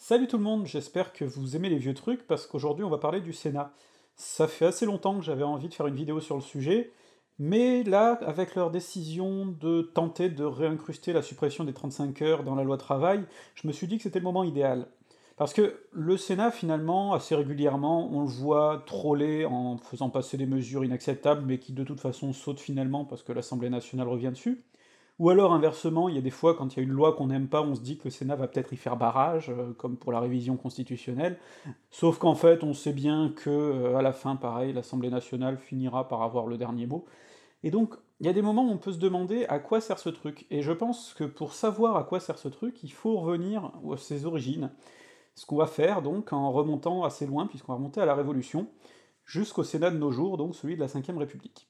Salut tout le monde, j'espère que vous aimez les vieux trucs parce qu'aujourd'hui on va parler du Sénat. Ça fait assez longtemps que j'avais envie de faire une vidéo sur le sujet, mais là, avec leur décision de tenter de réincruster la suppression des 35 heures dans la loi travail, je me suis dit que c'était le moment idéal. Parce que le Sénat, finalement, assez régulièrement, on le voit troller en faisant passer des mesures inacceptables, mais qui de toute façon sautent finalement parce que l'Assemblée nationale revient dessus. Ou alors inversement, il y a des fois quand il y a une loi qu'on n'aime pas, on se dit que le Sénat va peut-être y faire barrage, comme pour la révision constitutionnelle. Sauf qu'en fait, on sait bien que, à la fin, pareil, l'Assemblée nationale finira par avoir le dernier mot. Et donc, il y a des moments où on peut se demander à quoi sert ce truc. Et je pense que pour savoir à quoi sert ce truc, il faut revenir à ses origines. Ce qu'on va faire donc en remontant assez loin, puisqu'on va remonter à la Révolution, jusqu'au Sénat de nos jours, donc celui de la Ve République.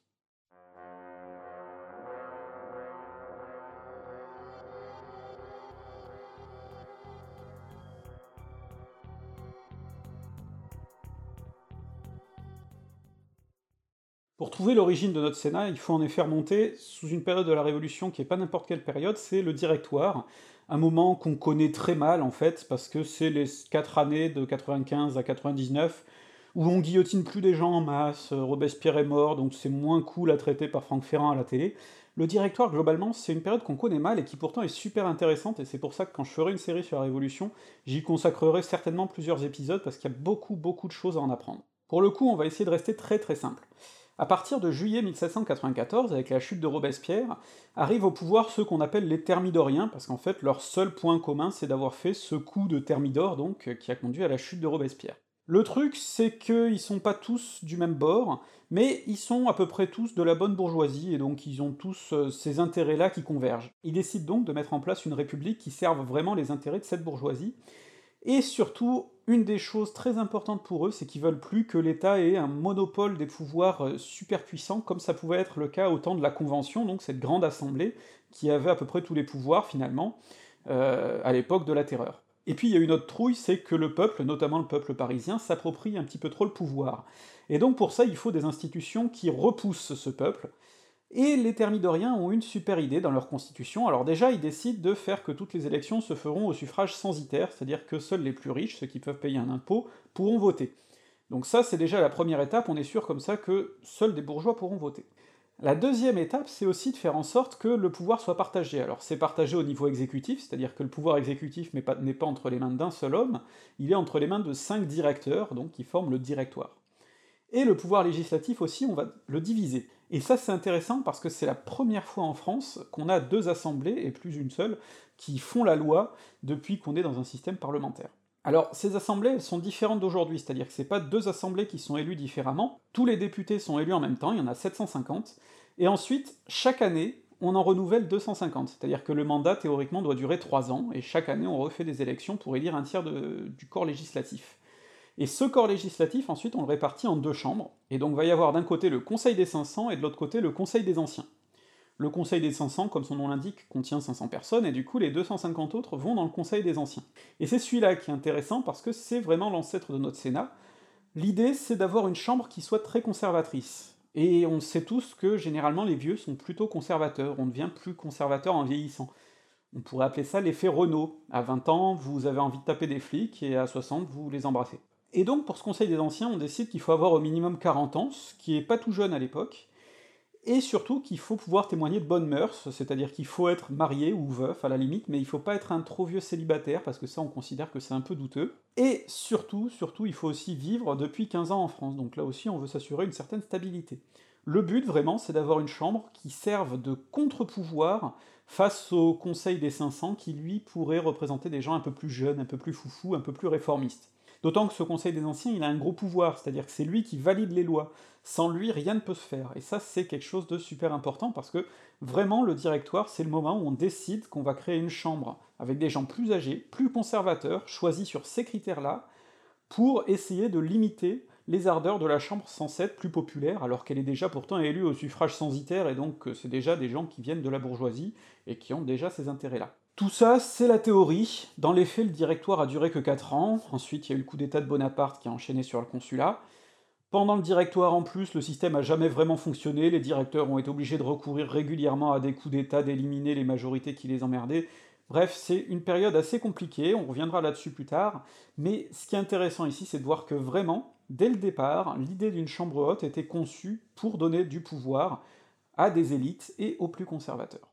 Pour trouver l'origine de notre Sénat, il faut en effet remonter sous une période de la Révolution qui est pas n'importe quelle période, c'est le Directoire, un moment qu'on connaît très mal en fait, parce que c'est les 4 années de 95 à 99, où on guillotine plus des gens en masse, Robespierre est mort, donc c'est moins cool à traiter par Franck Ferrand à la télé. Le Directoire, globalement, c'est une période qu'on connaît mal et qui pourtant est super intéressante, et c'est pour ça que quand je ferai une série sur la Révolution, j'y consacrerai certainement plusieurs épisodes, parce qu'il y a beaucoup de choses à en apprendre. Pour le coup, on va essayer de rester très simple. À partir de juillet 1794, avec la chute de Robespierre, arrivent au pouvoir ceux qu'on appelle les thermidoriens, parce qu'en fait leur seul point commun c'est d'avoir fait ce coup de thermidor, donc, qui a conduit à la chute de Robespierre. Le truc, c'est qu'ils sont pas tous du même bord, mais ils sont à peu près tous de la bonne bourgeoisie, et donc ils ont tous ces intérêts-là qui convergent. Ils décident donc de mettre en place une république qui serve vraiment les intérêts de cette bourgeoisie, et surtout, une des choses très importantes pour eux, c'est qu'ils veulent plus que l'État ait un monopole des pouvoirs super puissants, comme ça pouvait être le cas au temps de la Convention, donc cette grande assemblée qui avait à peu près tous les pouvoirs finalement, à l'époque de la Terreur. Et puis il y a une autre trouille, c'est que le peuple, notamment le peuple parisien, s'approprie un petit peu trop le pouvoir. Et donc pour ça, il faut des institutions qui repoussent ce peuple, et les thermidoriens ont une super idée dans leur constitution. Alors déjà, ils décident de faire que toutes les élections se feront au suffrage censitaire, c'est-à-dire que seuls les plus riches, ceux qui peuvent payer un impôt, pourront voter. Donc ça, c'est déjà la première étape, on est sûr comme ça que seuls des bourgeois pourront voter. La deuxième étape, c'est aussi de faire en sorte que le pouvoir soit partagé. Alors c'est partagé au niveau exécutif, c'est-à-dire que le pouvoir exécutif n'est pas entre les mains d'un seul homme, il est entre les mains de 5 directeurs, donc qui forment le directoire. Et le pouvoir législatif aussi, on va le diviser. Et ça, c'est intéressant parce que c'est la première fois en France qu'on a deux assemblées, et plus une seule, qui font la loi depuis qu'on est dans un système parlementaire. Alors, ces assemblées, elles sont différentes d'aujourd'hui, c'est-à-dire que c'est pas deux assemblées qui sont élues différemment, tous les députés sont élus en même temps, il y en a 750, et ensuite, chaque année, on en renouvelle 250, c'est-à-dire que le mandat, théoriquement, doit durer 3 ans, et chaque année, on refait des élections pour élire un tiers du corps législatif. Et ce corps législatif, ensuite, on le répartit en deux chambres, et donc va y avoir d'un côté le Conseil des 500 et de l'autre côté le Conseil des Anciens. Le Conseil des 500, comme son nom l'indique, contient 500 personnes, et du coup les 250 autres vont dans le Conseil des Anciens. Et c'est celui-là qui est intéressant parce que c'est vraiment l'ancêtre de notre Sénat. L'idée, c'est d'avoir une chambre qui soit très conservatrice. Et on sait tous que généralement les vieux sont plutôt conservateurs, on devient plus conservateur en vieillissant. On pourrait appeler ça l'effet Renault. À 20 ans, vous avez envie de taper des flics, et à 60, vous les embrassez. Et donc, pour ce Conseil des Anciens, on décide qu'il faut avoir au minimum 40 ans, ce qui est pas tout jeune à l'époque, et surtout qu'il faut pouvoir témoigner de bonnes mœurs, c'est-à-dire qu'il faut être marié ou veuf à la limite, mais il faut pas être un trop vieux célibataire, parce que ça on considère que c'est un peu douteux. Et surtout, il faut aussi vivre depuis 15 ans en France, donc là aussi on veut s'assurer une certaine stabilité. Le but vraiment, c'est d'avoir une chambre qui serve de contre-pouvoir face au Conseil des 500, qui lui pourrait représenter des gens un peu plus jeunes, un peu plus foufous, un peu plus réformistes. D'autant que ce Conseil des Anciens, il a un gros pouvoir, c'est-à-dire que c'est lui qui valide les lois. Sans lui, rien ne peut se faire. Et ça, c'est quelque chose de super important, parce que vraiment, le directoire, c'est le moment où on décide qu'on va créer une chambre avec des gens plus âgés, plus conservateurs, choisis sur ces critères-là, pour essayer de limiter les ardeurs de la chambre censée être plus populaire, alors qu'elle est déjà pourtant élue au suffrage censitaire, et donc c'est déjà des gens qui viennent de la bourgeoisie, et qui ont déjà ces intérêts-là. Tout ça, c'est la théorie. Dans les faits, le directoire a duré que 4 ans, ensuite il y a eu le coup d'état de Bonaparte qui a enchaîné sur le consulat. Pendant le directoire en plus, le système a jamais vraiment fonctionné, les directeurs ont été obligés de recourir régulièrement à des coups d'état, d'éliminer les majorités qui les emmerdaient, Bref, c'est une période assez compliquée, on reviendra là-dessus plus tard, mais ce qui est intéressant ici, c'est de voir que vraiment, dès le départ, l'idée d'une chambre haute était conçue pour donner du pouvoir à des élites et aux plus conservateurs.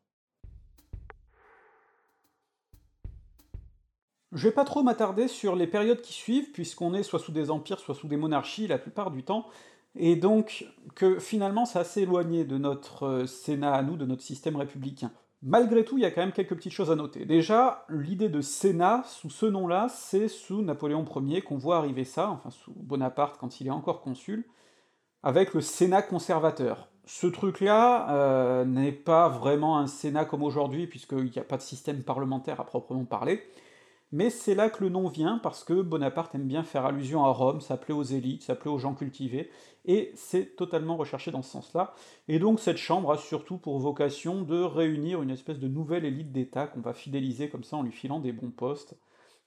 Je vais pas trop m'attarder sur les périodes qui suivent, puisqu'on est soit sous des empires, soit sous des monarchies la plupart du temps, et donc que finalement c'est assez éloigné de notre Sénat à nous, de notre système républicain. Malgré tout, il y a quand même quelques petites choses à noter. Déjà, l'idée de Sénat, sous ce nom-là, c'est sous Napoléon Ier qu'on voit arriver ça, enfin sous Bonaparte quand il est encore consul, avec le Sénat conservateur. Ce truc-là n'est pas vraiment un Sénat comme aujourd'hui, puisqu'il n'y a pas de système parlementaire à proprement parler, mais c'est là que le nom vient, parce que Bonaparte aime bien faire allusion à Rome, s'appeler aux élites, s'appeler aux gens cultivés, et c'est totalement recherché dans ce sens-là. Et donc cette chambre a surtout pour vocation de réunir une espèce de nouvelle élite d'État qu'on va fidéliser comme ça en lui filant des bons postes,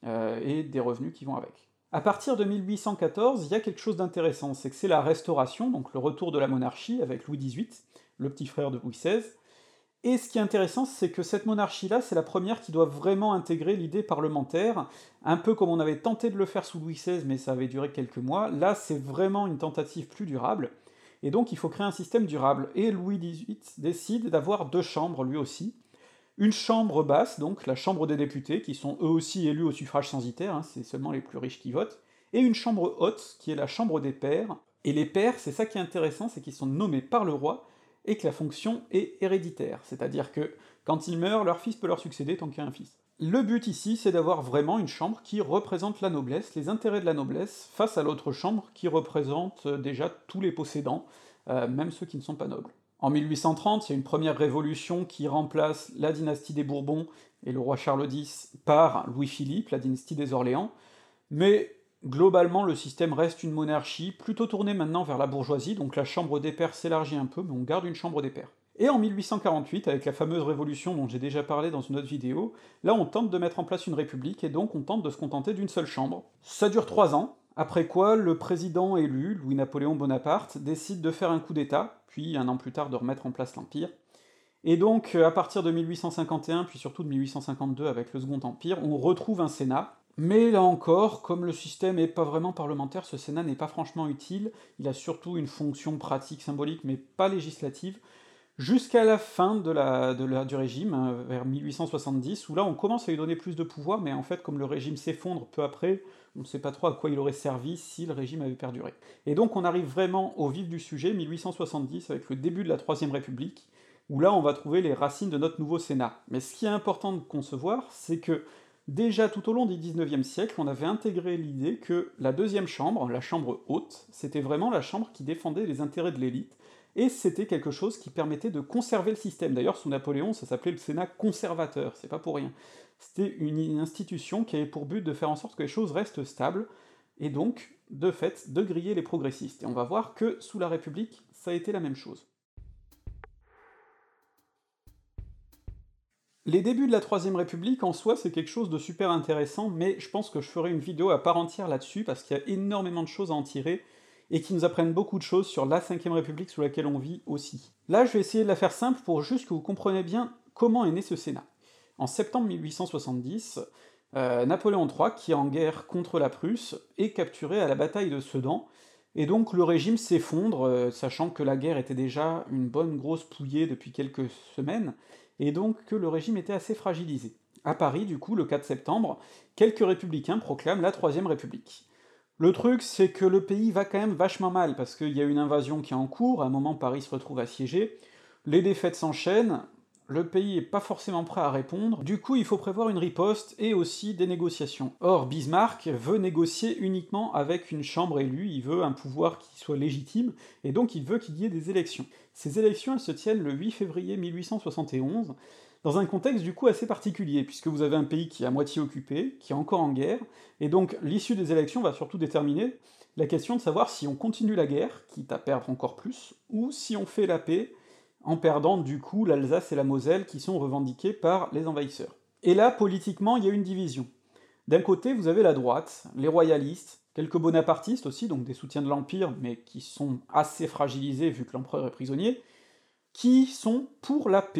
et des revenus qui vont avec. À partir de 1814, il y a quelque chose d'intéressant, c'est que c'est la Restauration, donc le retour de la monarchie avec Louis XVIII, le petit frère de Louis XVI, et ce qui est intéressant, c'est que cette monarchie-là, c'est la première qui doit vraiment intégrer l'idée parlementaire, un peu comme on avait tenté de le faire sous Louis XVI, mais ça avait duré quelques mois. Là, c'est vraiment une tentative plus durable, et donc il faut créer un système durable. Et Louis XVIII décide d'avoir deux chambres, lui aussi. Une chambre basse, donc la chambre des députés, qui sont eux aussi élus au suffrage censitaire, hein, c'est seulement les plus riches qui votent, et une chambre haute, qui est la chambre des pairs. Et les pairs, c'est ça qui est intéressant, c'est qu'ils sont nommés par le roi, et que la fonction est héréditaire, c'est-à-dire que quand ils meurent, leur fils peut leur succéder tant qu'il y a un fils. Le but ici, c'est d'avoir vraiment une chambre qui représente la noblesse, les intérêts de la noblesse, face à l'autre chambre qui représente déjà tous les possédants, même ceux qui ne sont pas nobles. En 1830, il y a une première révolution qui remplace la dynastie des Bourbons et le roi Charles X par Louis-Philippe, la dynastie des Orléans, mais globalement le système reste une monarchie, plutôt tournée maintenant vers la bourgeoisie, donc la chambre des pairs s'élargit un peu, mais on garde une chambre des pairs. Et en 1848, avec la fameuse révolution dont j'ai déjà parlé dans une autre vidéo, là on tente de mettre en place une république, et donc on tente de se contenter d'une seule chambre. Ça dure 3 ans, après quoi le président élu, Louis-Napoléon Bonaparte, décide de faire un coup d'État, puis un an plus tard de remettre en place l'Empire. Et donc, à partir de 1851, puis surtout de 1852 avec le Second Empire, on retrouve un Sénat, mais là encore, comme le système n'est pas vraiment parlementaire, ce Sénat n'est pas franchement utile, il a surtout une fonction pratique, symbolique, mais pas législative, jusqu'à la fin du régime, vers 1870, où là on commence à lui donner plus de pouvoir, mais en fait, comme le régime s'effondre peu après, on ne sait pas trop à quoi il aurait servi si le régime avait perduré. Et donc on arrive vraiment au vif du sujet, 1870, avec le début de la Troisième République, où là on va trouver les racines de notre nouveau Sénat. Mais ce qui est important de concevoir, c'est que déjà tout au long du XIXe siècle, on avait intégré l'idée que la deuxième chambre, la chambre haute, c'était vraiment la chambre qui défendait les intérêts de l'élite, et c'était quelque chose qui permettait de conserver le système. D'ailleurs, sous Napoléon, ça s'appelait le Sénat conservateur, c'est pas pour rien. C'était une institution qui avait pour but de faire en sorte que les choses restent stables, et donc, de fait, de griller les progressistes. Et on va voir que sous la République, ça a été la même chose. Les débuts de la Troisième République, en soi, c'est quelque chose de super intéressant, mais je pense que je ferai une vidéo à part entière là-dessus, parce qu'il y a énormément de choses à en tirer, et qui nous apprennent beaucoup de choses sur la Cinquième République sous laquelle on vit aussi. Là, je vais essayer de la faire simple pour juste que vous compreniez bien comment est né ce Sénat. En septembre 1870, Napoléon III, qui est en guerre contre la Prusse, est capturé à la bataille de Sedan, et donc le régime s'effondre, sachant que la guerre était déjà une bonne grosse pouillée depuis quelques semaines, et donc que le régime était assez fragilisé. À Paris, du coup, le 4 septembre, quelques républicains proclament la Troisième République. Le truc, c'est que le pays va quand même vachement mal, parce qu'il y a une invasion qui est en cours, à un moment Paris se retrouve assiégé, les défaites s'enchaînent, le pays est pas forcément prêt à répondre, du coup il faut prévoir une riposte et aussi des négociations. Or Bismarck veut négocier uniquement avec une chambre élue, il veut un pouvoir qui soit légitime, et donc il veut qu'il y ait des élections. Ces élections, elles se tiennent le 8 février 1871, dans un contexte du coup assez particulier, puisque vous avez un pays qui est à moitié occupé, qui est encore en guerre, et donc l'issue des élections va surtout déterminer la question de savoir si on continue la guerre, quitte à perdre encore plus, ou si on fait la paix, en perdant du coup l'Alsace et la Moselle qui sont revendiquées par les envahisseurs. Et là, politiquement, il y a une division. D'un côté, vous avez la droite, les royalistes, quelques bonapartistes aussi, donc des soutiens de l'Empire, mais qui sont assez fragilisés vu que l'empereur est prisonnier, qui sont pour la paix.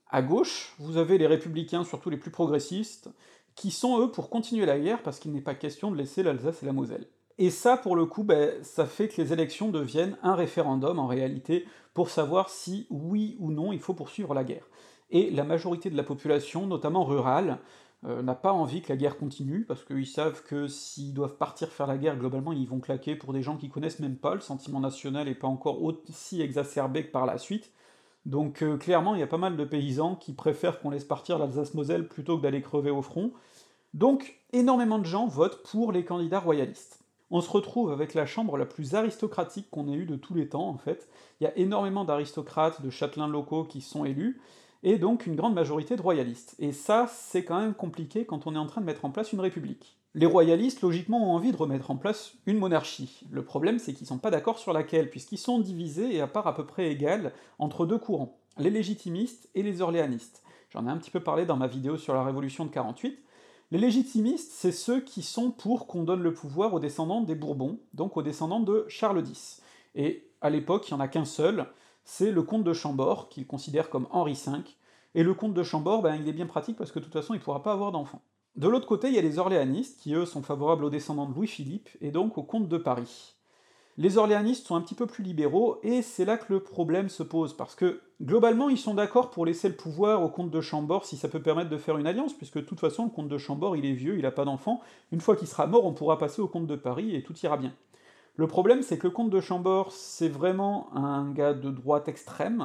À gauche, vous avez les républicains, surtout les plus progressistes, qui sont eux pour continuer la guerre parce qu'il n'est pas question de laisser l'Alsace et la Moselle. Et ça, pour le coup, ça fait que les élections deviennent un référendum en réalité pour savoir si, oui ou non, il faut poursuivre la guerre. Et la majorité de la population, notamment rurale, n'a pas envie que la guerre continue, parce qu'ils savent que s'ils doivent partir faire la guerre, globalement, ils vont claquer pour des gens qui connaissent même pas, le sentiment national n'est pas encore aussi exacerbé que par la suite. Donc clairement, il y a pas mal de paysans qui préfèrent qu'on laisse partir l'Alsace-Moselle plutôt que d'aller crever au front. Donc énormément de gens votent pour les candidats royalistes. On se retrouve avec la chambre la plus aristocratique qu'on ait eue de tous les temps, en fait. Il y a énormément d'aristocrates, de châtelains locaux qui sont élus, et donc une grande majorité de royalistes. Et ça, c'est quand même compliqué quand on est en train de mettre en place une république. Les royalistes, logiquement, ont envie de remettre en place une monarchie. Le problème, c'est qu'ils sont pas d'accord sur laquelle, puisqu'ils sont divisés et à part à peu près égales entre deux courants, les légitimistes et les orléanistes. J'en ai un petit peu parlé dans ma vidéo sur la Révolution de 48. Les légitimistes, c'est ceux qui sont pour qu'on donne le pouvoir aux descendants des Bourbons, donc aux descendants de Charles X. Et à l'époque, il n'y en a qu'un seul, c'est le comte de Chambord, qu'ils considèrent comme Henri V, et le comte de Chambord, il est bien pratique parce que de toute façon, il ne pourra pas avoir d'enfants. De l'autre côté, il y a les orléanistes, qui eux sont favorables aux descendants de Louis-Philippe, et donc au comte de Paris. Les orléanistes sont un petit peu plus libéraux, et c'est là que le problème se pose, parce que globalement, ils sont d'accord pour laisser le pouvoir au comte de Chambord si ça peut permettre de faire une alliance, puisque de toute façon, le comte de Chambord, il est vieux, il n'a pas d'enfant, une fois qu'il sera mort, on pourra passer au comte de Paris, et tout ira bien. Le problème, c'est que le comte de Chambord, c'est vraiment un gars de droite extrême,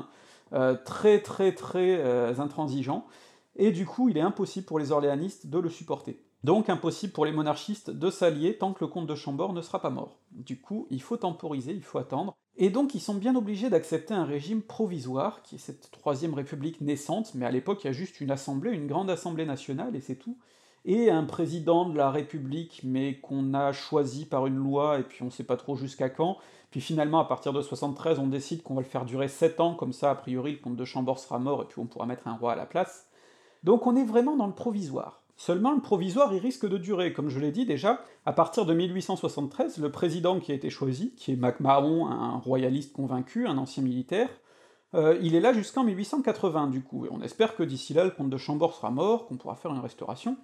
très très très intransigeant, et du coup, il est impossible pour les orléanistes de le supporter. Donc impossible pour les monarchistes de s'allier tant que le comte de Chambord ne sera pas mort. Du coup, il faut temporiser, il faut attendre. Et donc ils sont bien obligés d'accepter un régime provisoire, qui est cette troisième république naissante, mais à l'époque il y a juste une assemblée, une grande assemblée nationale, et c'est tout. Et un président de la République, mais qu'on a choisi par une loi, et puis on sait pas trop jusqu'à quand. Puis finalement, à partir de 73, on décide qu'on va le faire durer 7 ans, comme ça, a priori, le comte de Chambord sera mort, et puis on pourra mettre un roi à la place. Donc on est vraiment dans le provisoire. Seulement, le provisoire, il risque de durer. Comme je l'ai dit déjà, à partir de 1873, le président qui a été choisi, qui est MacMahon, un royaliste convaincu, un ancien militaire, il est là jusqu'en 1880 du coup, et on espère que d'ici là, le comte de Chambord sera mort, qu'on pourra faire une restauration.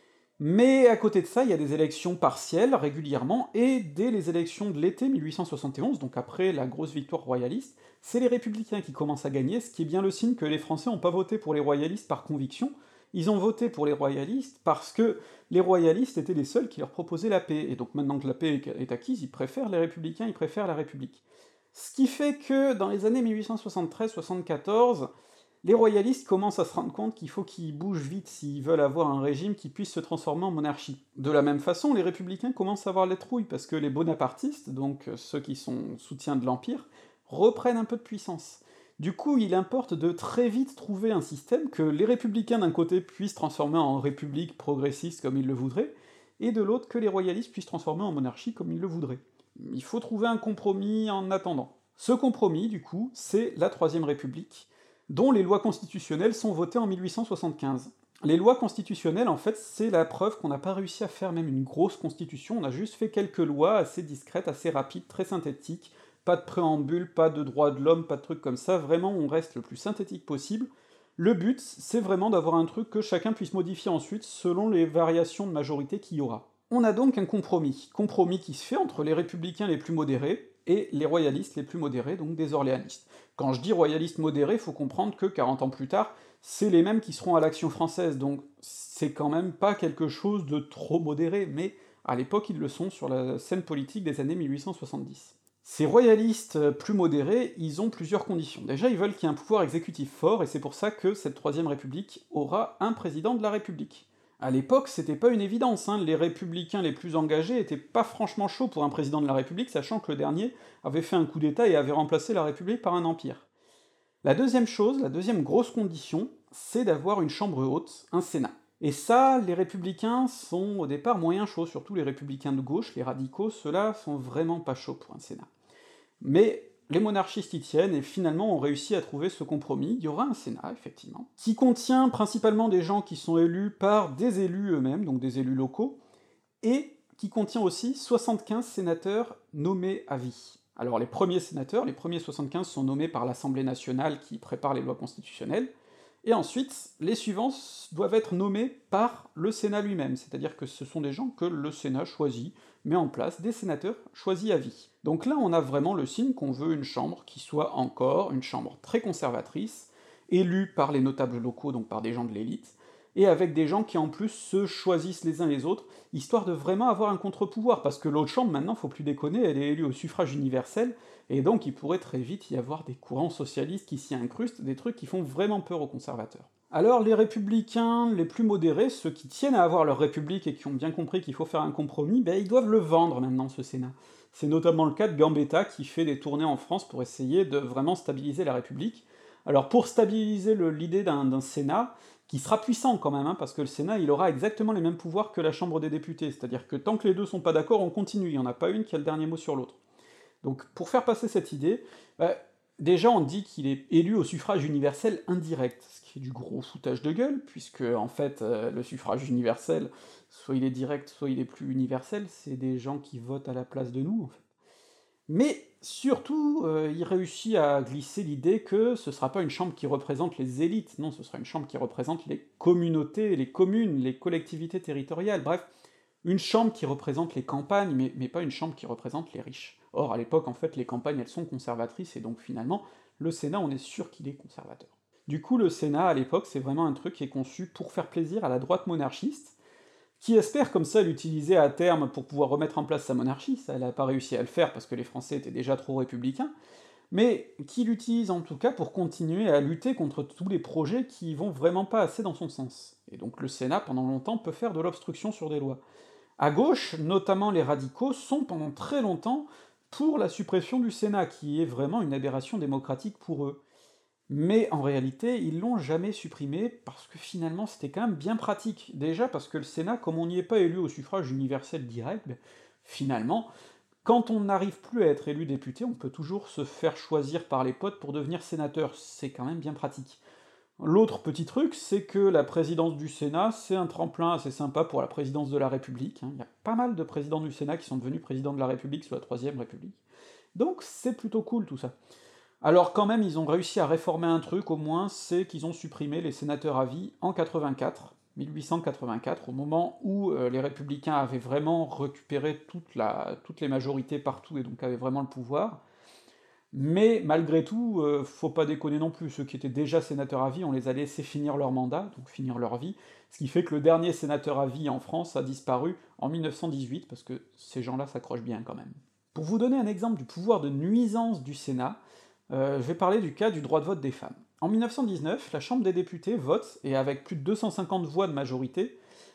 Mais à côté de ça, il y a des élections partielles régulièrement, et dès les élections de l'été 1871, donc après la grosse victoire royaliste, c'est les républicains qui commencent à gagner, ce qui est bien le signe que les Français n'ont pas voté pour les royalistes par conviction, ils ont voté pour les royalistes parce que les royalistes étaient les seuls qui leur proposaient la paix, et donc maintenant que la paix est acquise, ils préfèrent les républicains, ils préfèrent la République. Ce qui fait que dans les années 1873-74, les royalistes commencent à se rendre compte qu'il faut qu'ils bougent vite s'ils veulent avoir un régime qui puisse se transformer en monarchie. De la même façon, les républicains commencent à avoir les trouilles, parce que les bonapartistes, donc ceux qui sont soutiens de l'Empire, reprennent un peu de puissance. Du coup, il importe de très vite trouver un système que les républicains d'un côté puissent transformer en république progressiste comme ils le voudraient, et de l'autre que les royalistes puissent transformer en monarchie comme ils le voudraient. Il faut trouver un compromis en attendant. Ce compromis, du coup, c'est la Troisième République, dont les lois constitutionnelles sont votées en 1875. Les lois constitutionnelles, en fait, c'est la preuve qu'on n'a pas réussi à faire même une grosse constitution, on a juste fait quelques lois assez discrètes, assez rapides, très synthétiques, pas de préambule, pas de droits de l'homme, pas de trucs comme ça, vraiment on reste le plus synthétique possible. Le but, c'est vraiment d'avoir un truc que chacun puisse modifier ensuite selon les variations de majorité qu'il y aura. On a donc un compromis qui se fait entre les républicains les plus modérés et les royalistes les plus modérés, donc des orléanistes. Quand je dis royalistes modérés, il faut comprendre que 40 ans plus tard, c'est les mêmes qui seront à l'Action française, donc c'est quand même pas quelque chose de trop modéré, mais à l'époque ils le sont sur la scène politique des années 1870. Ces royalistes plus modérés, ils ont plusieurs conditions. Déjà, ils veulent qu'il y ait un pouvoir exécutif fort, et c'est pour ça que cette Troisième République aura un président de la République. À l'époque, c'était pas une évidence, hein. Les républicains les plus engagés étaient pas franchement chauds pour un président de la République, sachant que le dernier avait fait un coup d'État et avait remplacé la République par un empire. La deuxième chose, la deuxième grosse condition, c'est d'avoir une chambre haute, un Sénat. Et ça, les républicains sont au départ moyen chauds, surtout les républicains de gauche, les radicaux, ceux-là sont vraiment pas chauds pour un Sénat. Mais les monarchistes y tiennent, et finalement ont réussi à trouver ce compromis. Il y aura un Sénat, effectivement, qui contient principalement des gens qui sont élus par des élus eux-mêmes, donc des élus locaux, et qui contient aussi 75 sénateurs nommés à vie. Alors les premiers sénateurs, les premiers 75 sont nommés par l'Assemblée nationale qui prépare les lois constitutionnelles, Et ensuite, les suivants doivent être nommés par le Sénat lui-même, c'est-à-dire que ce sont des gens que le Sénat choisit, met en place, des sénateurs choisis à vie. Donc là, on a vraiment le signe qu'on veut une chambre qui soit encore une chambre très conservatrice, élue par les notables locaux, donc par des gens de l'élite, et avec des gens qui en plus se choisissent les uns les autres, histoire de vraiment avoir un contre-pouvoir, parce que l'autre chambre, maintenant, faut plus déconner, elle est élue au suffrage universel, et donc il pourrait très vite y avoir des courants socialistes qui s'y incrustent, des trucs qui font vraiment peur aux conservateurs. Alors les républicains les plus modérés, ceux qui tiennent à avoir leur république et qui ont bien compris qu'il faut faire un compromis, ben ils doivent le vendre maintenant, ce Sénat. C'est notamment le cas de Gambetta qui fait des tournées en France pour essayer de vraiment stabiliser la République. Alors pour stabiliser l'idée d'un Sénat, qui sera puissant quand même, hein, parce que le Sénat il aura exactement les mêmes pouvoirs que la Chambre des députés, c'est-à-dire que tant que les deux sont pas d'accord, on continue, il n'y en a pas une qui a le dernier mot sur l'autre. Donc pour faire passer cette idée, déjà on dit qu'il est élu au suffrage universel indirect, ce qui est du gros foutage de gueule, puisque en fait le suffrage universel, soit il est direct, soit il est plus universel, c'est des gens qui votent à la place de nous, en fait. Mais surtout, il réussit à glisser l'idée que ce sera pas une chambre qui représente les élites, non, ce sera une chambre qui représente les communautés, les communes, les collectivités territoriales, bref, une chambre qui représente les campagnes, mais pas une chambre qui représente les riches. Or, à l'époque, en fait, les campagnes, elles sont conservatrices, et donc finalement, le Sénat, on est sûr qu'il est conservateur. Du coup, le Sénat, à l'époque, c'est vraiment un truc qui est conçu pour faire plaisir à la droite monarchiste, qui espère comme ça l'utiliser à terme pour pouvoir remettre en place sa monarchie, ça elle n'a pas réussi à le faire parce que les Français étaient déjà trop républicains, mais qui l'utilise en tout cas pour continuer à lutter contre tous les projets qui vont vraiment pas assez dans son sens. Et donc le Sénat, pendant longtemps, peut faire de l'obstruction sur des lois. À gauche, notamment les radicaux, sont pendant très longtemps pour la suppression du Sénat, qui est vraiment une aberration démocratique pour eux. Mais en réalité, ils l'ont jamais supprimé parce que finalement c'était quand même bien pratique. Déjà parce que le Sénat, comme on n'y est pas élu au suffrage universel direct, finalement, quand on n'arrive plus à être élu député, on peut toujours se faire choisir par les potes pour devenir sénateur. C'est quand même bien pratique. L'autre petit truc, c'est que la présidence du Sénat, c'est un tremplin assez sympa pour la présidence de la République, hein. Il y a pas mal de présidents du Sénat qui sont devenus présidents de la République sous la Troisième République. Donc c'est plutôt cool tout ça. Alors quand même, ils ont réussi à réformer un truc au moins, c'est qu'ils ont supprimé les sénateurs à vie en 84, 1884, au moment où les républicains avaient vraiment récupéré toutes les majorités partout et donc avaient vraiment le pouvoir. Mais malgré tout, faut pas déconner non plus, ceux qui étaient déjà sénateurs à vie, on les a laissés finir leur mandat, donc finir leur vie, ce qui fait que le dernier sénateur à vie en France a disparu en 1918, parce que ces gens-là s'accrochent bien quand même. Pour vous donner un exemple du pouvoir de nuisance du Sénat, je vais parler du cas du droit de vote des femmes. En 1919, la Chambre des députés vote, et avec plus de 250 voix de majorité,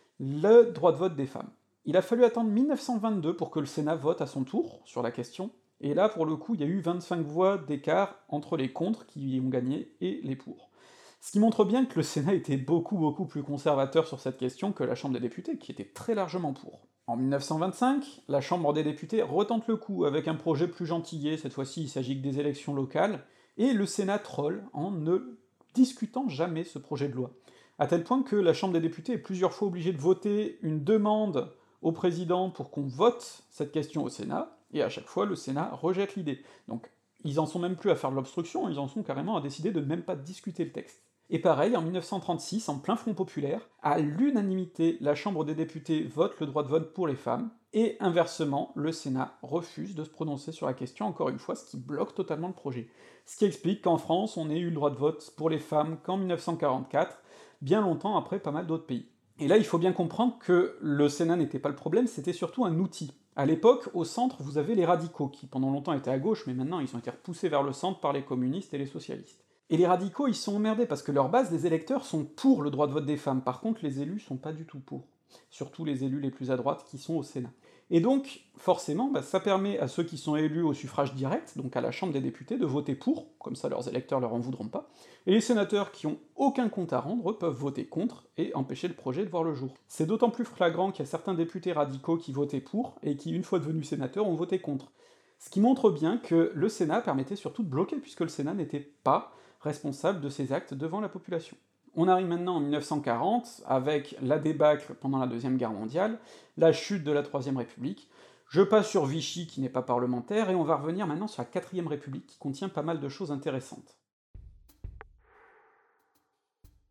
le droit de vote des femmes. Il a fallu attendre 1922 pour que le Sénat vote à son tour sur la question, et là, pour le coup, il y a eu 25 voix d'écart entre les contre qui ont gagné et les pour. Ce qui montre bien que le Sénat était beaucoup plus conservateur sur cette question que la Chambre des députés, qui était très largement pour. En 1925, la Chambre des députés retente le coup avec un projet plus gentillé, cette fois-ci il s'agit que des élections locales, et le Sénat troll en ne discutant jamais ce projet de loi. À tel point que la Chambre des députés est plusieurs fois obligée de voter une demande au président pour qu'on vote cette question au Sénat, et à chaque fois le Sénat rejette l'idée. Donc ils en sont même plus à faire de l'obstruction, ils en sont carrément à décider de même pas discuter le texte. Et pareil, en 1936, en plein Front populaire, à l'unanimité, la Chambre des députés vote le droit de vote pour les femmes, et inversement, le Sénat refuse de se prononcer sur la question, encore une fois, ce qui bloque totalement le projet. Ce qui explique qu'en France, on ait eu le droit de vote pour les femmes qu'en 1944, bien longtemps après pas mal d'autres pays. Et là, il faut bien comprendre que le Sénat n'était pas le problème, c'était surtout un outil. À l'époque, au centre, vous avez les radicaux, qui pendant longtemps étaient à gauche, mais maintenant ils ont été repoussés vers le centre par les communistes et les socialistes. Et les radicaux, ils sont emmerdés, parce que leur base des électeurs sont pour le droit de vote des femmes, par contre les élus sont pas du tout pour. Surtout les élus les plus à droite qui sont au Sénat. Et donc, forcément, ça permet à ceux qui sont élus au suffrage direct, donc à la Chambre des députés, de voter pour, comme ça leurs électeurs leur en voudront pas, et les sénateurs qui ont aucun compte à rendre peuvent voter contre et empêcher le projet de voir le jour. C'est d'autant plus flagrant qu'il y a certains députés radicaux qui votaient pour, et qui, une fois devenus sénateurs, ont voté contre. Ce qui montre bien que le Sénat permettait surtout de bloquer, puisque le Sénat n'était pas responsable de ses actes devant la population. On arrive maintenant en 1940, avec la débâcle pendant la Deuxième Guerre mondiale, la chute de la Troisième République, je passe sur Vichy qui n'est pas parlementaire, et on va revenir maintenant sur la Quatrième République qui contient pas mal de choses intéressantes.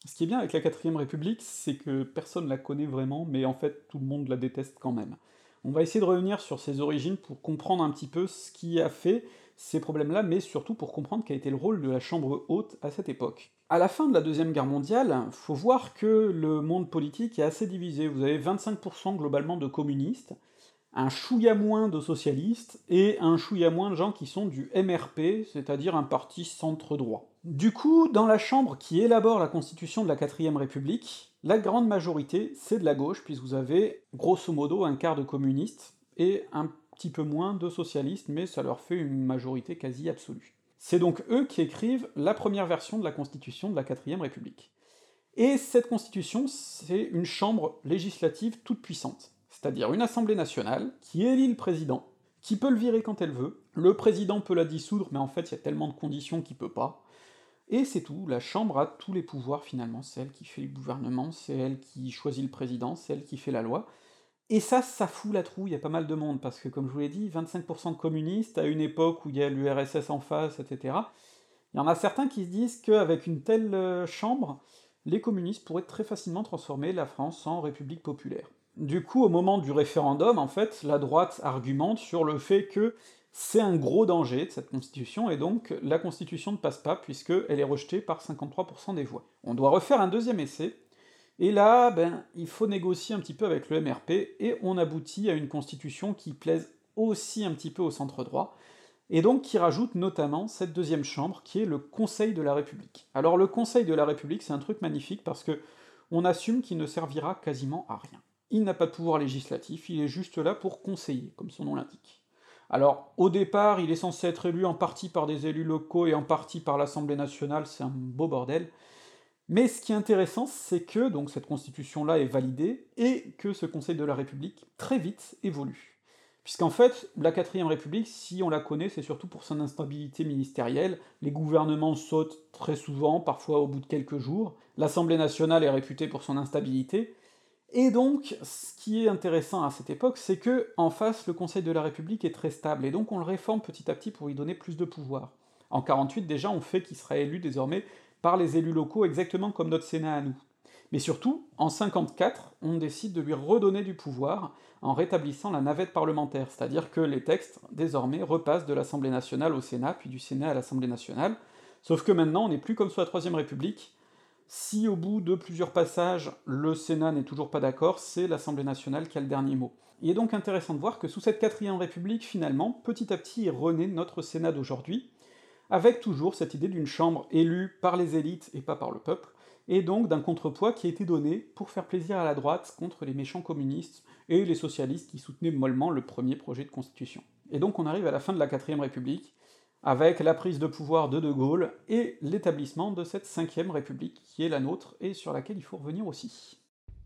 Ce qui est bien avec la quatrième République, c'est que personne la connaît vraiment, mais en fait tout le monde la déteste quand même. On va essayer de revenir sur ses origines pour comprendre un petit peu ce qui a fait ces problèmes-là, mais surtout pour comprendre quel a été le rôle de la Chambre haute à cette époque. À la fin de la Deuxième Guerre mondiale, faut voir que le monde politique est assez divisé. Vous avez 25% globalement de communistes, un chouïa moins de socialistes et un chouïa moins de gens qui sont du MRP, c'est-à-dire un parti centre-droit. Du coup, dans la chambre qui élabore la constitution de la quatrième République, la grande majorité, c'est de la gauche, puisque vous avez grosso modo un quart de communistes et un petit peu moins de socialistes, mais ça leur fait une majorité quasi absolue. C'est donc eux qui écrivent la première version de la constitution de la quatrième République. Et cette constitution, c'est une chambre législative toute puissante, c'est-à-dire une assemblée nationale qui élit le président, qui peut le virer quand elle veut, le président peut la dissoudre, mais en fait il y a tellement de conditions qu'il peut pas, et c'est tout, la chambre a tous les pouvoirs finalement, c'est elle qui fait le gouvernement, c'est elle qui choisit le président, c'est elle qui fait la loi, et ça fout la trouille à pas mal de monde, parce que comme je vous l'ai dit, 25% de communistes, à une époque où il y a l'URSS en face, etc., il y en a certains qui se disent qu'avec une telle chambre, les communistes pourraient très facilement transformer la France en république populaire. Du coup, au moment du référendum, en fait, la droite argumente sur le fait que c'est un gros danger de cette constitution, et donc la constitution ne passe pas, puisqu'elle est rejetée par 53% des voix. On doit refaire un deuxième essai, et là, il faut négocier un petit peu avec le MRP, et on aboutit à une constitution qui plaise aussi un petit peu au centre droit, et donc qui rajoute notamment cette deuxième chambre qui est le Conseil de la République. Alors le Conseil de la République, c'est un truc magnifique parce que on assume qu'il ne servira quasiment à rien. Il n'a pas de pouvoir législatif, il est juste là pour conseiller, comme son nom l'indique. Alors, au départ, il est censé être élu en partie par des élus locaux et en partie par l'Assemblée nationale, c'est un beau bordel. Mais ce qui est intéressant, c'est que donc cette constitution-là est validée, et que ce Conseil de la République, très vite, évolue. Puisqu'en fait, la quatrième République, si on la connaît, c'est surtout pour son instabilité ministérielle, les gouvernements sautent très souvent, parfois au bout de quelques jours, l'Assemblée nationale est réputée pour son instabilité, et donc, ce qui est intéressant à cette époque, c'est que, en face, le Conseil de la République est très stable, et donc on le réforme petit à petit pour lui donner plus de pouvoir. En 48, déjà, on fait qu'il sera élu désormais par les élus locaux, exactement comme notre Sénat à nous. Mais surtout, en 54, on décide de lui redonner du pouvoir en rétablissant la navette parlementaire, c'est-à-dire que les textes, désormais, repassent de l'Assemblée nationale au Sénat, puis du Sénat à l'Assemblée nationale, sauf que maintenant, on n'est plus comme sous la Troisième République. Si au bout de plusieurs passages, le Sénat n'est toujours pas d'accord, c'est l'Assemblée nationale qui a le dernier mot. Il est donc intéressant de voir que sous cette quatrième République, finalement, petit à petit est rené notre Sénat d'aujourd'hui, avec toujours cette idée d'une chambre élue par les élites et pas par le peuple, et donc d'un contrepoids qui a été donné pour faire plaisir à la droite contre les méchants communistes et les socialistes qui soutenaient mollement le premier projet de constitution. Et donc on arrive à la fin de la quatrième République, avec la prise de pouvoir de De Gaulle et l'établissement de cette cinquième République qui est la nôtre et sur laquelle il faut revenir aussi.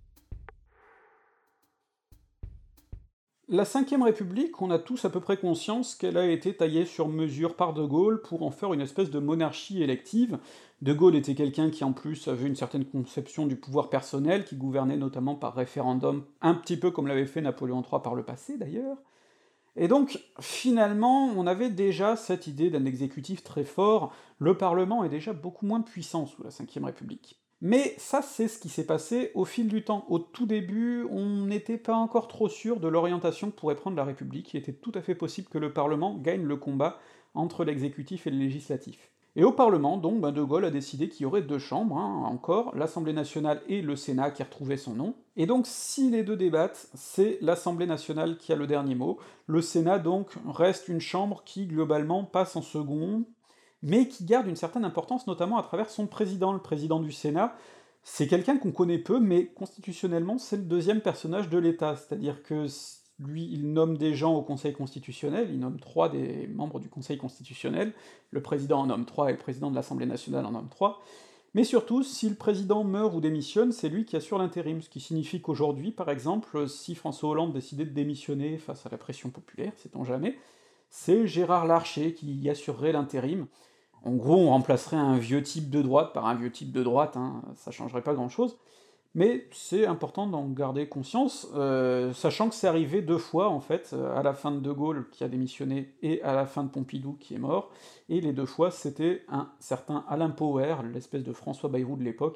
La Cinquième République, on a tous à peu près conscience qu'elle a été taillée sur mesure par De Gaulle pour en faire une espèce de monarchie élective. De Gaulle était quelqu'un qui en plus avait une certaine conception du pouvoir personnel, qui gouvernait notamment par référendum, un petit peu comme l'avait fait Napoléon III par le passé d'ailleurs. Et donc, finalement, on avait déjà cette idée d'un exécutif très fort, le Parlement est déjà beaucoup moins puissant sous la Cinquième République. Mais ça, c'est ce qui s'est passé au fil du temps. Au tout début, on n'était pas encore trop sûr de l'orientation que pourrait prendre la République, il était tout à fait possible que le Parlement gagne le combat entre l'exécutif et le législatif. Et au Parlement, donc, De Gaulle a décidé qu'il y aurait deux chambres, encore, l'Assemblée nationale et le Sénat qui retrouvait son nom. Et donc, si les deux débattent, c'est l'Assemblée nationale qui a le dernier mot. Le Sénat, donc, reste une chambre qui, globalement, passe en second, mais qui garde une certaine importance, notamment à travers son président. Le président du Sénat, c'est quelqu'un qu'on connaît peu, mais constitutionnellement, c'est le deuxième personnage de l'État, c'est-à-dire que lui, il nomme des gens au Conseil constitutionnel, il nomme 3 des membres du Conseil constitutionnel, le président en nomme 3 et le président de l'Assemblée nationale en nomme 3, mais surtout, si le président meurt ou démissionne, c'est lui qui assure l'intérim, ce qui signifie qu'aujourd'hui, par exemple, si François Hollande décidait de démissionner face à la pression populaire, sait-on jamais, c'est Gérard Larcher qui assurerait l'intérim. En gros, on remplacerait un vieux type de droite par un vieux type de droite, ça changerait pas grand-chose, mais c'est important d'en garder conscience, sachant que c'est arrivé 2 fois, en fait, à la fin de De Gaulle, qui a démissionné, et à la fin de Pompidou, qui est mort, et les 2 fois, c'était un certain Alain Poher, l'espèce de François Bayrou de l'époque,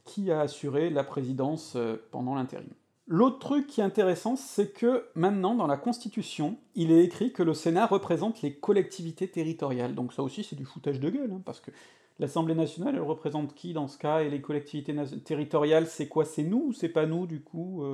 qui a assuré la présidence pendant l'intérim. L'autre truc qui est intéressant, c'est que maintenant, dans la Constitution, il est écrit que le Sénat représente les collectivités territoriales. Donc ça aussi, c'est du foutage de gueule, hein, parce que l'Assemblée nationale, elle représente qui dans ce cas? Et les collectivités territoriales, c'est quoi? C'est nous ou c'est pas nous, du coup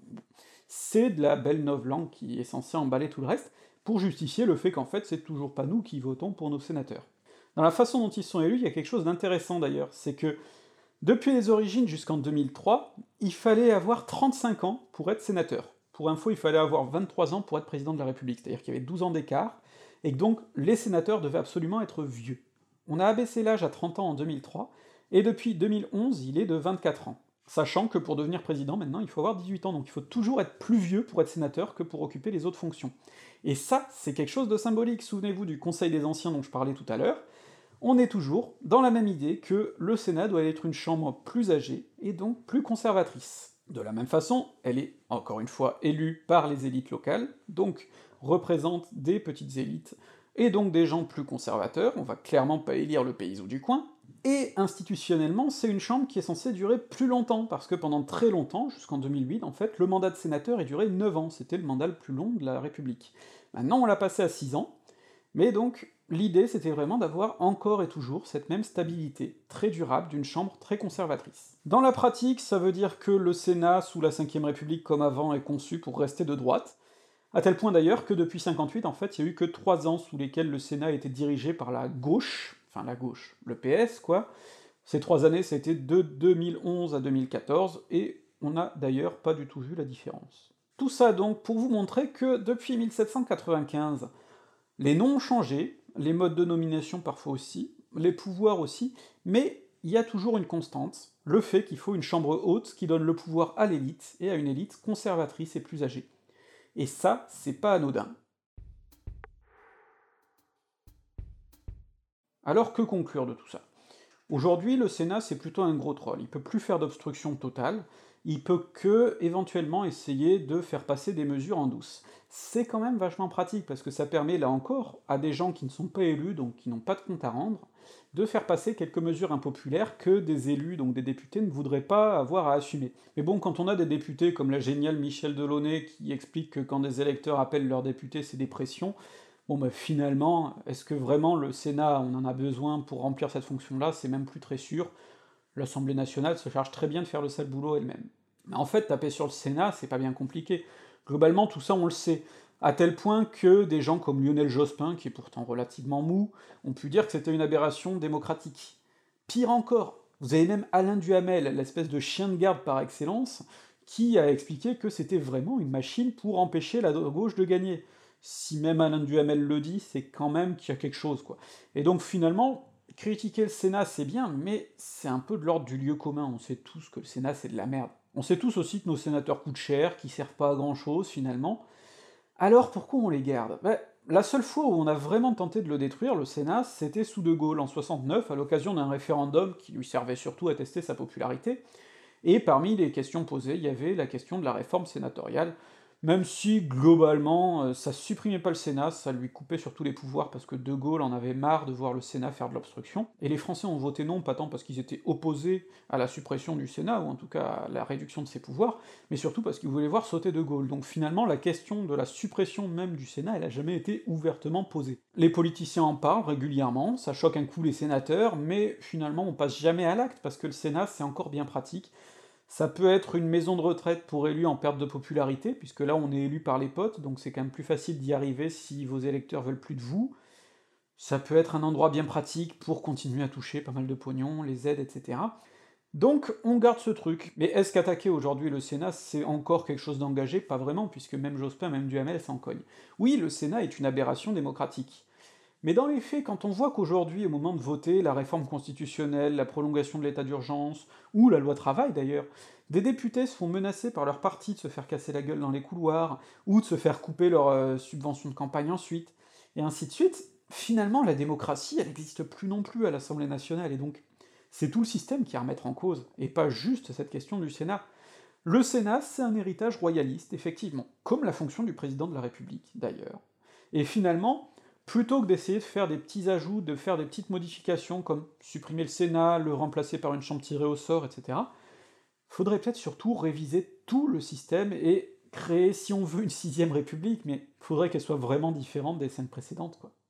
C'est de la belle novlangue qui est censée emballer tout le reste, pour justifier le fait qu'en fait, c'est toujours pas nous qui votons pour nos sénateurs. Dans la façon dont ils sont élus, il y a quelque chose d'intéressant d'ailleurs, c'est que depuis les origines jusqu'en 2003, il fallait avoir 35 ans pour être sénateur. Pour info, il fallait avoir 23 ans pour être président de la République, c'est-à-dire qu'il y avait 12 ans d'écart, et que donc les sénateurs devaient absolument être vieux. On a abaissé l'âge à 30 ans en 2003, et depuis 2011, il est de 24 ans. Sachant que pour devenir président, maintenant, il faut avoir 18 ans, donc il faut toujours être plus vieux pour être sénateur que pour occuper les autres fonctions. Et ça, c'est quelque chose de symbolique. Souvenez-vous du Conseil des Anciens dont je parlais tout à l'heure, on est toujours dans la même idée que le Sénat doit être une chambre plus âgée, et donc plus conservatrice. De la même façon, elle est, encore une fois, élue par les élites locales, donc représente des petites élites, et donc des gens plus conservateurs, on va clairement pas élire le paysan du coin, et institutionnellement, c'est une chambre qui est censée durer plus longtemps, parce que pendant très longtemps, jusqu'en 2008, en fait, le mandat de sénateur est duré 9 ans, c'était le mandat le plus long de la République. Maintenant, on l'a passé à 6 ans, mais donc, l'idée, c'était vraiment d'avoir encore et toujours cette même stabilité, très durable, d'une chambre très conservatrice. Dans la pratique, ça veut dire que le Sénat, sous la Ve République comme avant, est conçu pour rester de droite, à tel point d'ailleurs que depuis 58, en fait, il y a eu que 3 ans sous lesquels le Sénat a été dirigé par la gauche, enfin la gauche, le PS, quoi. Ces 3 années, ça a été de 2011 à 2014, et on n'a d'ailleurs pas du tout vu la différence. Tout ça donc pour vous montrer que depuis 1795, les noms ont changé, les modes de nomination parfois aussi, les pouvoirs aussi, mais il y a toujours une constante, le fait qu'il faut une chambre haute qui donne le pouvoir à l'élite, et à une élite conservatrice et plus âgée. Et ça, c'est pas anodin. Alors que conclure de tout ça? Aujourd'hui, le Sénat, c'est plutôt un gros troll. Il peut plus faire d'obstruction totale, il peut que, éventuellement, essayer de faire passer des mesures en douce. C'est quand même vachement pratique, parce que ça permet, là encore, à des gens qui ne sont pas élus, donc qui n'ont pas de compte à rendre, de faire passer quelques mesures impopulaires que des élus, donc des députés, ne voudraient pas avoir à assumer. Mais bon, quand on a des députés comme la géniale Michel Delaunay, qui explique que quand des électeurs appellent leurs députés, c'est des pressions, bon bah finalement, est-ce que vraiment le Sénat, on en a besoin pour remplir cette fonction-là? C'est même plus très sûr. L'Assemblée nationale se charge très bien de faire le sale boulot elle-même. Mais en fait, taper sur le Sénat, c'est pas bien compliqué. Globalement, tout ça, on le sait. À tel point que des gens comme Lionel Jospin, qui est pourtant relativement mou, ont pu dire que c'était une aberration démocratique. Pire encore, vous avez même Alain Duhamel, l'espèce de chien de garde par excellence, qui a expliqué que c'était vraiment une machine pour empêcher la gauche de gagner. Si même Alain Duhamel le dit, c'est quand même qu'il y a quelque chose, quoi. Et donc finalement, critiquer le Sénat, c'est bien, mais c'est un peu de l'ordre du lieu commun. On sait tous que le Sénat, c'est de la merde. On sait tous aussi que nos sénateurs coûtent cher, qu'ils servent pas à grand chose, finalement. Alors pourquoi on les garde? La seule fois où on a vraiment tenté de le détruire, le Sénat, c'était sous De Gaulle, en 69, à l'occasion d'un référendum qui lui servait surtout à tester sa popularité, et parmi les questions posées, il y avait la question de la réforme sénatoriale, même si, globalement, ça supprimait pas le Sénat, ça lui coupait surtout les pouvoirs parce que De Gaulle en avait marre de voir le Sénat faire de l'obstruction, et les Français ont voté non, pas tant parce qu'ils étaient opposés à la suppression du Sénat, ou en tout cas à la réduction de ses pouvoirs, mais surtout parce qu'ils voulaient voir sauter De Gaulle. Donc finalement, la question de la suppression même du Sénat, elle a jamais été ouvertement posée. Les politiciens en parlent régulièrement, ça choque un coup les sénateurs, mais finalement on passe jamais à l'acte, parce que le Sénat, c'est encore bien pratique. Ça peut être une maison de retraite pour élus en perte de popularité, puisque là on est élu par les potes, donc c'est quand même plus facile d'y arriver si vos électeurs veulent plus de vous. Ça peut être un endroit bien pratique pour continuer à toucher pas mal de pognon, les aides, etc. Donc on garde ce truc. Mais est-ce qu'attaquer aujourd'hui le Sénat, c'est encore quelque chose d'engagé? Pas vraiment, puisque même Jospin, même Duhamel s'en cogne. Oui, le Sénat est une aberration démocratique. Mais dans les faits, quand on voit qu'aujourd'hui, au moment de voter la réforme constitutionnelle, la prolongation de l'état d'urgence, ou la loi travail d'ailleurs, des députés se font menacer par leur parti de se faire casser la gueule dans les couloirs, ou de se faire couper leurs subventions de campagne ensuite, et ainsi de suite, finalement la démocratie, elle n'existe plus non plus à l'Assemblée nationale, et donc c'est tout le système qui est à remettre en cause, et pas juste cette question du Sénat. Le Sénat, c'est un héritage royaliste, effectivement, comme la fonction du président de la République, d'ailleurs. Et finalement, plutôt que d'essayer de faire des petits ajouts, de faire des petites modifications, comme supprimer le Sénat, le remplacer par une chambre tirée au sort, etc., Faudrait peut-être surtout réviser tout le système et créer, si on veut, une sixième république, mais faudrait qu'elle soit vraiment différente des 5 précédentes, quoi.